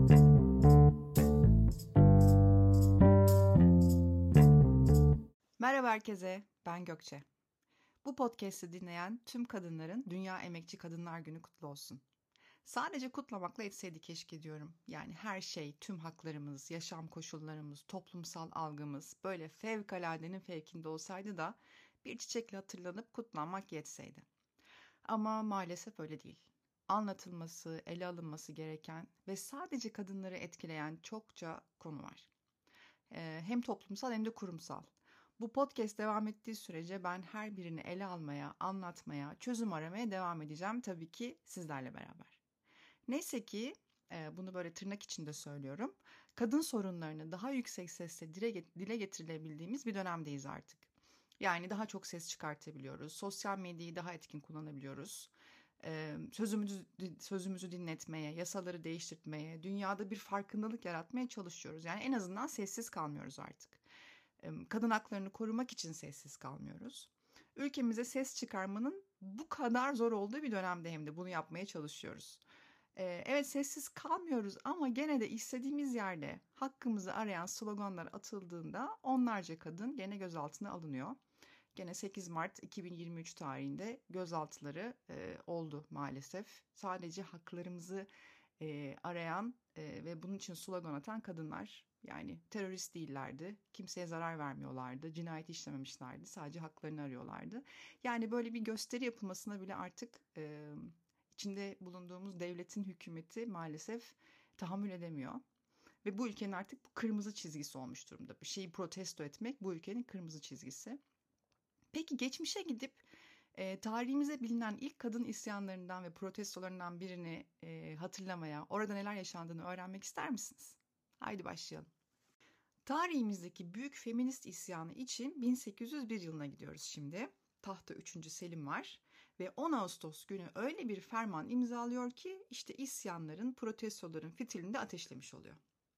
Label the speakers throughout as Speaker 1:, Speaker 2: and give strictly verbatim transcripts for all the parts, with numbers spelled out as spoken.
Speaker 1: Merhaba herkese, ben Gökçe. Bu podcast'i dinleyen tüm kadınların Dünya Emekçi Kadınlar Günü kutlu olsun. Sadece kutlamakla yetseydi keşke diyorum. Yani her şey, tüm haklarımız, yaşam koşullarımız, toplumsal algımız böyle fevkaladenin fevkinde olsaydı da bir çiçekle hatırlanıp kutlanmak yetseydi. Ama maalesef öyle değil. Anlatılması, ele alınması gereken ve sadece kadınları etkileyen çokça konu var. Ee, hem toplumsal hem de kurumsal. Bu podcast devam ettiği sürece ben her birini ele almaya, anlatmaya, çözüm aramaya devam edeceğim tabii ki sizlerle beraber. Neyse ki e, bunu böyle tırnak içinde söylüyorum. Kadın sorunlarını daha yüksek sesle dile, dile getirilebildiğimiz bir dönemdeyiz artık. Yani daha çok ses çıkartabiliyoruz. Sosyal medyayı daha etkin kullanabiliyoruz. Ee, sözümüzü, sözümüzü dinletmeye, yasaları değiştirmeye, dünyada bir farkındalık yaratmaya çalışıyoruz. Yani en azından sessiz kalmıyoruz artık. Kadın haklarını korumak için sessiz kalmıyoruz. Ülkemize ses çıkarmanın bu kadar zor olduğu bir dönemde hem de bunu yapmaya çalışıyoruz. Ee, evet sessiz kalmıyoruz ama gene de istediğimiz yerde hakkımızı arayan sloganlar atıldığında onlarca kadın gene gözaltına alınıyor. Gene sekiz Mart iki bin yirmi üç tarihinde gözaltıları e, oldu maalesef. Sadece haklarımızı e, arayan e, ve bunun için slogan atan kadınlar, yani terörist değillerdi, kimseye zarar vermiyorlardı, cinayet işlememişlerdi, sadece haklarını arıyorlardı. Yani böyle bir gösteri yapılmasına bile artık e, içinde bulunduğumuz devletin hükümeti maalesef tahammül edemiyor. Ve bu ülkenin artık bu kırmızı çizgisi olmuş durumda. Bir şeyi protesto etmek bu ülkenin kırmızı çizgisi. Peki geçmişe gidip e, tarihimize bilinen ilk kadın isyanlarından ve protestolarından birini e, hatırlamaya, orada neler yaşandığını öğrenmek ister misiniz? Haydi başlayalım. Tarihimizdeki büyük feminist isyanı için bin sekiz yüz bir yılına gidiyoruz şimdi. Tahta üçüncü Selim var ve on Ağustos günü öyle bir ferman imzalıyor ki işte isyanların, protestoların fitilini de ateşlemiş oluyor.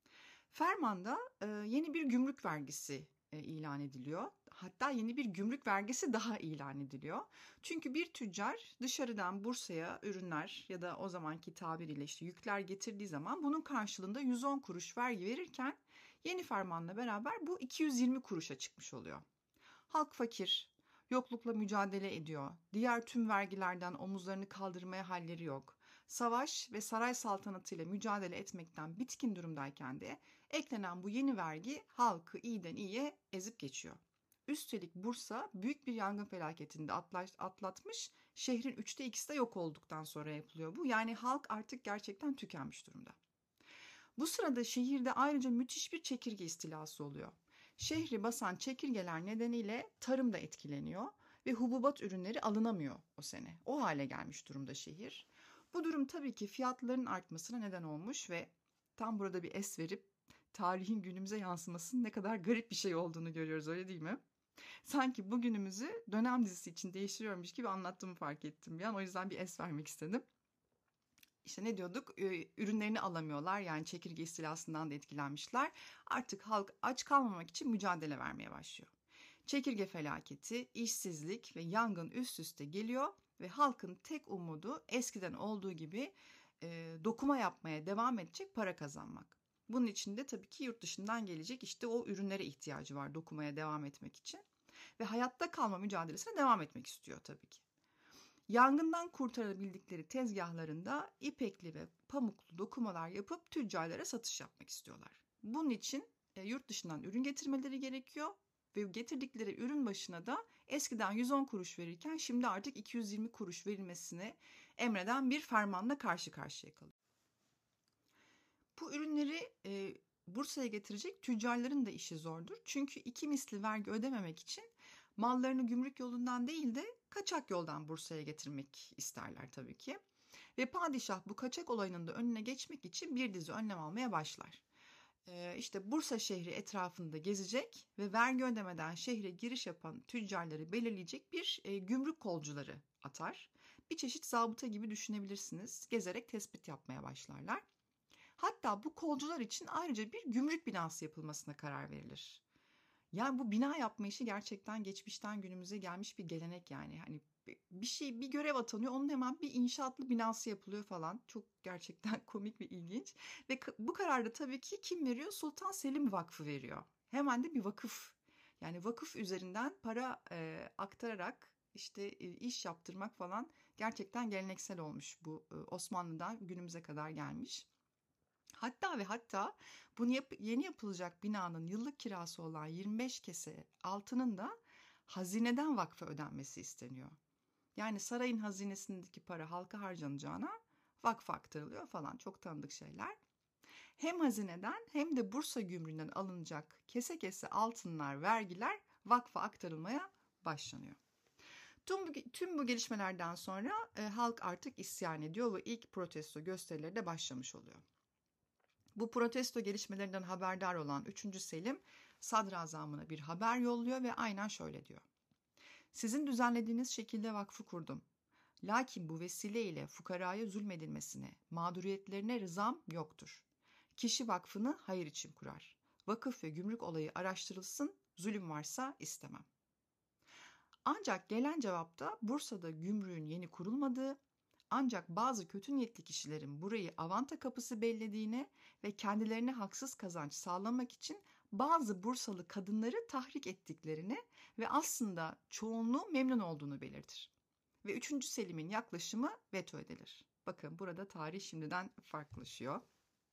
Speaker 1: Fermanda e, yeni bir gümrük vergisi e, ilan ediliyor. Hatta yeni bir gümrük vergisi daha ilan ediliyor. Çünkü bir tüccar dışarıdan Bursa'ya ürünler ya da o zamanki tabiriyle işte yükler getirdiği zaman bunun karşılığında yüz on kuruş vergi verirken yeni fermanla beraber bu iki yüz yirmi kuruşa çıkmış oluyor. Halk fakir, yoklukla mücadele ediyor. Diğer tüm vergilerden omuzlarını kaldırmaya halleri yok. Savaş ve saray saltanatıyla mücadele etmekten bitkin durumdayken de eklenen bu yeni vergi halkı iyiden iyiye ezip geçiyor. Üstelik Bursa büyük bir yangın felaketinde atlatmış, şehrin üçte ikisi de yok olduktan sonra yapılıyor bu. Yani halk artık gerçekten tükenmiş durumda. Bu sırada şehirde ayrıca müthiş bir çekirge istilası oluyor. Şehri basan çekirgeler nedeniyle tarım da etkileniyor ve hububat ürünleri alınamıyor o sene. O hale gelmiş durumda şehir. Bu durum tabii ki fiyatların artmasına neden olmuş ve tam burada bir es verip tarihin günümüze yansımasının ne kadar garip bir şey olduğunu görüyoruz, öyle değil mi? Sanki bugünümüzü dönem dizisi için değiştiriyormuş gibi anlattığımı fark ettim bir an. O yüzden bir es vermek istedim. İşte ne diyorduk? Ürünlerini alamıyorlar, yani çekirge istilasından da etkilenmişler. Artık halk aç kalmamak için mücadele vermeye başlıyor. Çekirge felaketi, işsizlik ve yangın üst üste geliyor ve halkın tek umudu eskiden olduğu gibi e, dokuma yapmaya devam edecek para kazanmak. Bunun için de tabii ki yurt dışından gelecek işte o ürünlere ihtiyacı var dokumaya devam etmek için. Ve hayatta kalma mücadelesine devam etmek istiyor tabii ki. Yangından kurtarabildikleri tezgahlarında ipekli ve pamuklu dokumalar yapıp tüccarlara satış yapmak istiyorlar. Bunun için e, yurt dışından ürün getirmeleri gerekiyor ve getirdikleri ürün başına da eskiden yüz on kuruş verirken şimdi artık iki yüz yirmi kuruş verilmesini emreden bir fermanla karşı karşıya kalıyor. Bu ürünleri e, Bursa'ya getirecek tüccarların da işi zordur. Çünkü iki misli vergi ödememek için mallarını gümrük yolundan değil de kaçak yoldan Bursa'ya getirmek isterler tabii ki. Ve padişah bu kaçak olayının da önüne geçmek için bir dizi önlem almaya başlar. Ee, işte Bursa şehri etrafında gezecek ve vergi ödemeden şehre giriş yapan tüccarları belirleyecek bir e, gümrük kolcuları atar. Bir çeşit zabıta gibi düşünebilirsiniz. Gezerek tespit yapmaya başlarlar. Hatta bu kolcular için ayrıca bir gümrük binası yapılmasına karar verilir. Yani bu bina yapma işi gerçekten geçmişten günümüze gelmiş bir gelenek yani. Hani bir şey, bir görev atanıyor. Onun hemen bir inşaatlı binası yapılıyor falan. Çok gerçekten komik ve ilginç. Ve bu kararda tabii ki kim veriyor? Sultan Selim Vakfı veriyor. Hemen de bir vakıf. Yani vakıf üzerinden para e, aktararak işte e, iş yaptırmak falan gerçekten geleneksel olmuş bu. E, Osmanlı'dan günümüze kadar gelmiş. Hatta ve hatta bunu yap- yeni yapılacak binanın yıllık kirası olan yirmi beş kese altının da hazineden vakfa ödenmesi isteniyor. Yani sarayın hazinesindeki para halka harcanacağına vakfa aktarılıyor falan, çok tanıdık şeyler. Hem hazineden hem de Bursa gümrüğünden alınacak kese kese altınlar, vergiler vakfa aktarılmaya başlanıyor. Tüm bu, tüm bu gelişmelerden sonra e, halk artık isyan ediyor ve ilk protesto gösterileri de başlamış oluyor. Bu protesto gelişmelerinden haberdar olan üçüncü Selim sadrazamına bir haber yolluyor ve aynen şöyle diyor. Sizin düzenlediğiniz şekilde vakfı kurdum. Lakin bu vesileyle fukaraya zulmedilmesine, mağduriyetlerine rızam yoktur. Kişi vakfını hayır için kurar. Vakıf ve gümrük olayı araştırılsın, zulüm varsa istemem. Ancak gelen cevapta Bursa'da gümrüğün yeni kurulmadığı, ancak bazı kötü niyetli kişilerin burayı avanta kapısı bellediğini ve kendilerine haksız kazanç sağlamak için bazı Bursalı kadınları tahrik ettiklerini ve aslında çoğunluğu memnun olduğunu belirtir. Ve üçüncü Selim'in yaklaşımı veto edilir. Bakın burada tarih şimdiden farklılaşıyor.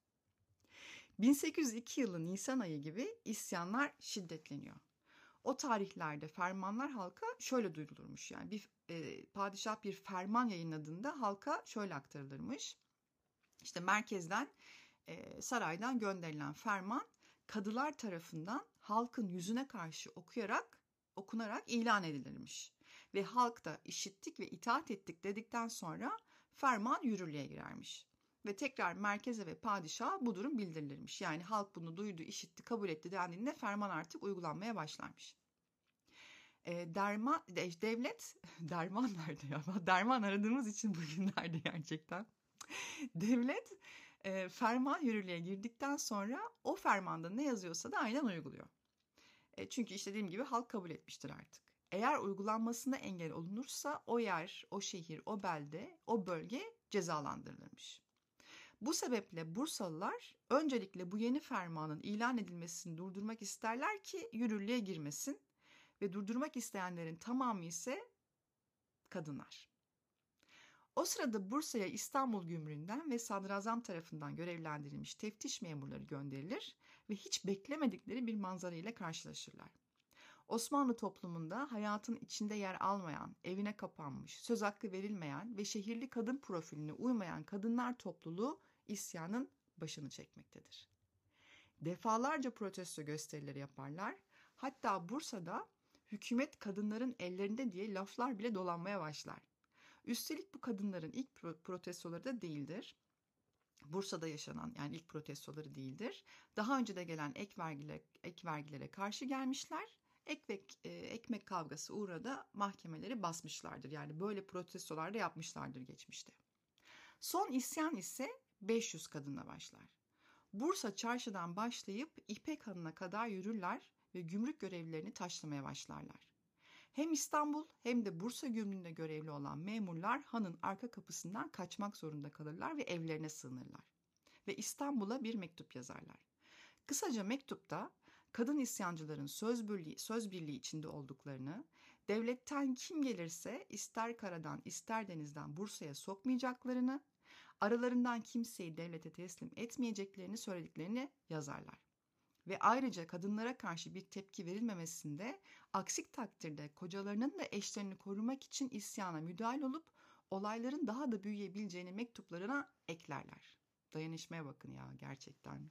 Speaker 1: bin sekiz yüz iki yılı Nisan ayı gibi isyanlar şiddetleniyor. O tarihlerde fermanlar halka şöyle duyurulurmuş. Yani bir e, padişah bir ferman yayınladığında halka şöyle aktarılırmış. İşte merkezden, e, saraydan gönderilen ferman kadılar tarafından halkın yüzüne karşı okuyarak okunarak ilan edilirmiş. Ve halk da işittik ve itaat ettik dedikten sonra ferman yürürlüğe girermiş. Ve tekrar merkeze ve padişaha bu durum bildirilirmiş. Yani halk bunu duydu, işitti, kabul etti dendiğinde ferman artık uygulanmaya başlarmış. E, derman, devlet, derman nerede ya? Derman aradığımız için bugünlerde gerçekten. Devlet e, ferman yürürlüğe girdikten sonra o fermanda ne yazıyorsa da aynen uyguluyor. E, çünkü işte dediğim gibi halk kabul etmiştir artık. Eğer uygulanmasına engel olunursa o yer, o şehir, o belde, o bölge cezalandırılırmış. Bu sebeple Bursalılar öncelikle bu yeni fermanın ilan edilmesini durdurmak isterler ki yürürlüğe girmesin ve durdurmak isteyenlerin tamamı ise kadınlar. O sırada Bursa'ya İstanbul Gümrüğü'nden ve sadrazam tarafından görevlendirilmiş teftiş memurları gönderilir ve hiç beklemedikleri bir manzara ile karşılaşırlar. Osmanlı toplumunda hayatın içinde yer almayan, evine kapanmış, söz hakkı verilmeyen ve şehirli kadın profiline uymayan kadınlar topluluğu isyanın başını çekmektedir. Defalarca protesto gösterileri yaparlar. Hatta Bursa'da hükümet kadınların ellerinde diye laflar bile dolanmaya başlar. Üstelik bu kadınların ilk protestoları da değildir. Bursa'da yaşanan yani ilk protestoları değildir. Daha önce de gelen ek vergilere, ek vergilere karşı gelmişler. Ekmek, e, ekmek kavgası uğrada mahkemeleri basmışlardır. Yani böyle protestolar da yapmışlardır geçmişte. Son isyan ise beş yüz kadınla başlar. Bursa çarşıdan başlayıp İpek Hanı'na kadar yürürler ve gümrük görevlilerini taşlamaya başlarlar. Hem İstanbul hem de Bursa gümrüğünde görevli olan memurlar hanın arka kapısından kaçmak zorunda kalırlar ve evlerine sığınırlar. Ve İstanbul'a bir mektup yazarlar. Kısaca mektupta kadın isyancıların söz birliği, söz birliği içinde olduklarını, devletten kim gelirse ister karadan ister denizden Bursa'ya sokmayacaklarını, aralarından kimseyi devlete teslim etmeyeceklerini söylediklerini yazarlar. Ve ayrıca kadınlara karşı bir tepki verilmemesinde aksi takdirde kocalarının da eşlerini korumak için isyana müdahil olup olayların daha da büyüyebileceğini mektuplarına eklerler. Dayanışmaya bakın ya gerçekten.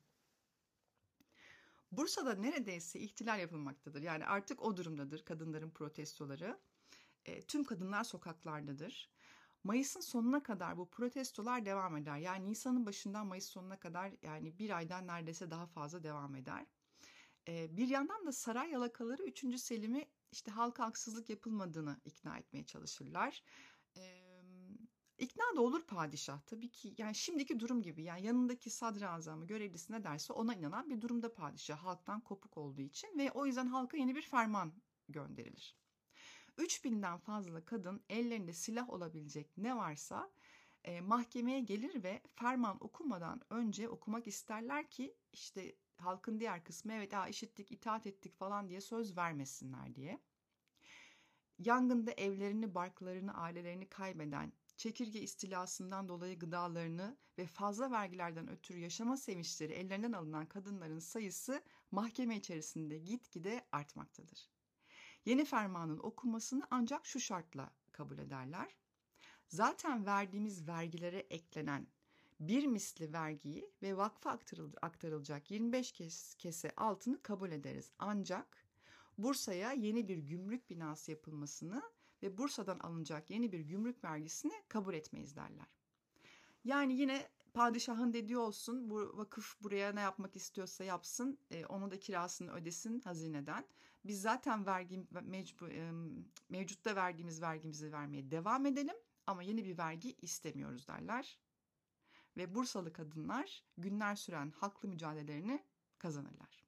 Speaker 1: Bursa'da neredeyse ihtilal yapılmaktadır. Yani artık o durumdadır kadınların protestoları. E, tüm kadınlar sokaklardadır. Mayıs'ın sonuna kadar bu protestolar devam eder. Yani Nisan'ın başından Mayıs sonuna kadar yani bir aydan neredeyse daha fazla devam eder. Ee, bir yandan da saray yalakaları üçüncü Selim'i işte halka haksızlık yapılmadığını ikna etmeye çalışırlar. Ee, ikna da olur padişah tabii ki yani şimdiki durum gibi yani yanındaki sadrazamı görevlisi ne derse ona inanan bir durumda padişah halktan kopuk olduğu için ve o yüzden halka yeni bir ferman gönderilir. üç binden fazla kadın ellerinde silah olabilecek ne varsa e, mahkemeye gelir ve ferman okumadan önce okumak isterler ki işte halkın diğer kısmı evet ha, işittik, itaat ettik falan diye söz vermesinler diye. Yangında evlerini, barklarını, ailelerini kaybeden, çekirge istilasından dolayı gıdalarını ve fazla vergilerden ötürü yaşama sevinçleri ellerinden alınan kadınların sayısı mahkeme içerisinde gitgide artmaktadır. Yeni fermanın okunmasını ancak şu şartla kabul ederler. Zaten verdiğimiz vergilere eklenen bir misli vergiyi ve vakfa aktarılacak yirmi beş kese altını kabul ederiz. Ancak Bursa'ya yeni bir gümrük binası yapılmasını ve Bursa'dan alınacak yeni bir gümrük vergisini kabul etmeyiz derler. Yani yine padişahın dediği olsun, bu vakıf buraya ne yapmak istiyorsa yapsın, e, onu da kirasını ödesin hazineden. Biz zaten vergi, mecbur, e, mevcutta verdiğimiz vergimizi vermeye devam edelim ama yeni bir vergi istemiyoruz derler. Ve Bursalı kadınlar günler süren haklı mücadelelerini kazanırlar.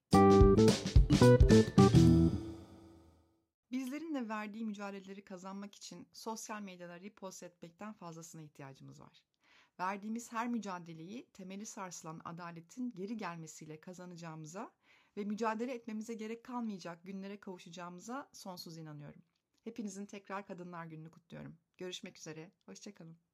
Speaker 1: Bizlerin de verdiği mücadeleleri kazanmak için sosyal medyada repost etmekten fazlasına ihtiyacımız var. Verdiğimiz her mücadeleyi temeli sarsılan adaletin geri gelmesiyle kazanacağımıza ve mücadele etmemize gerek kalmayacak günlere kavuşacağımıza sonsuz inanıyorum. Hepinizin tekrar Kadınlar Günü'nü kutluyorum. Görüşmek üzere, hoşça kalın.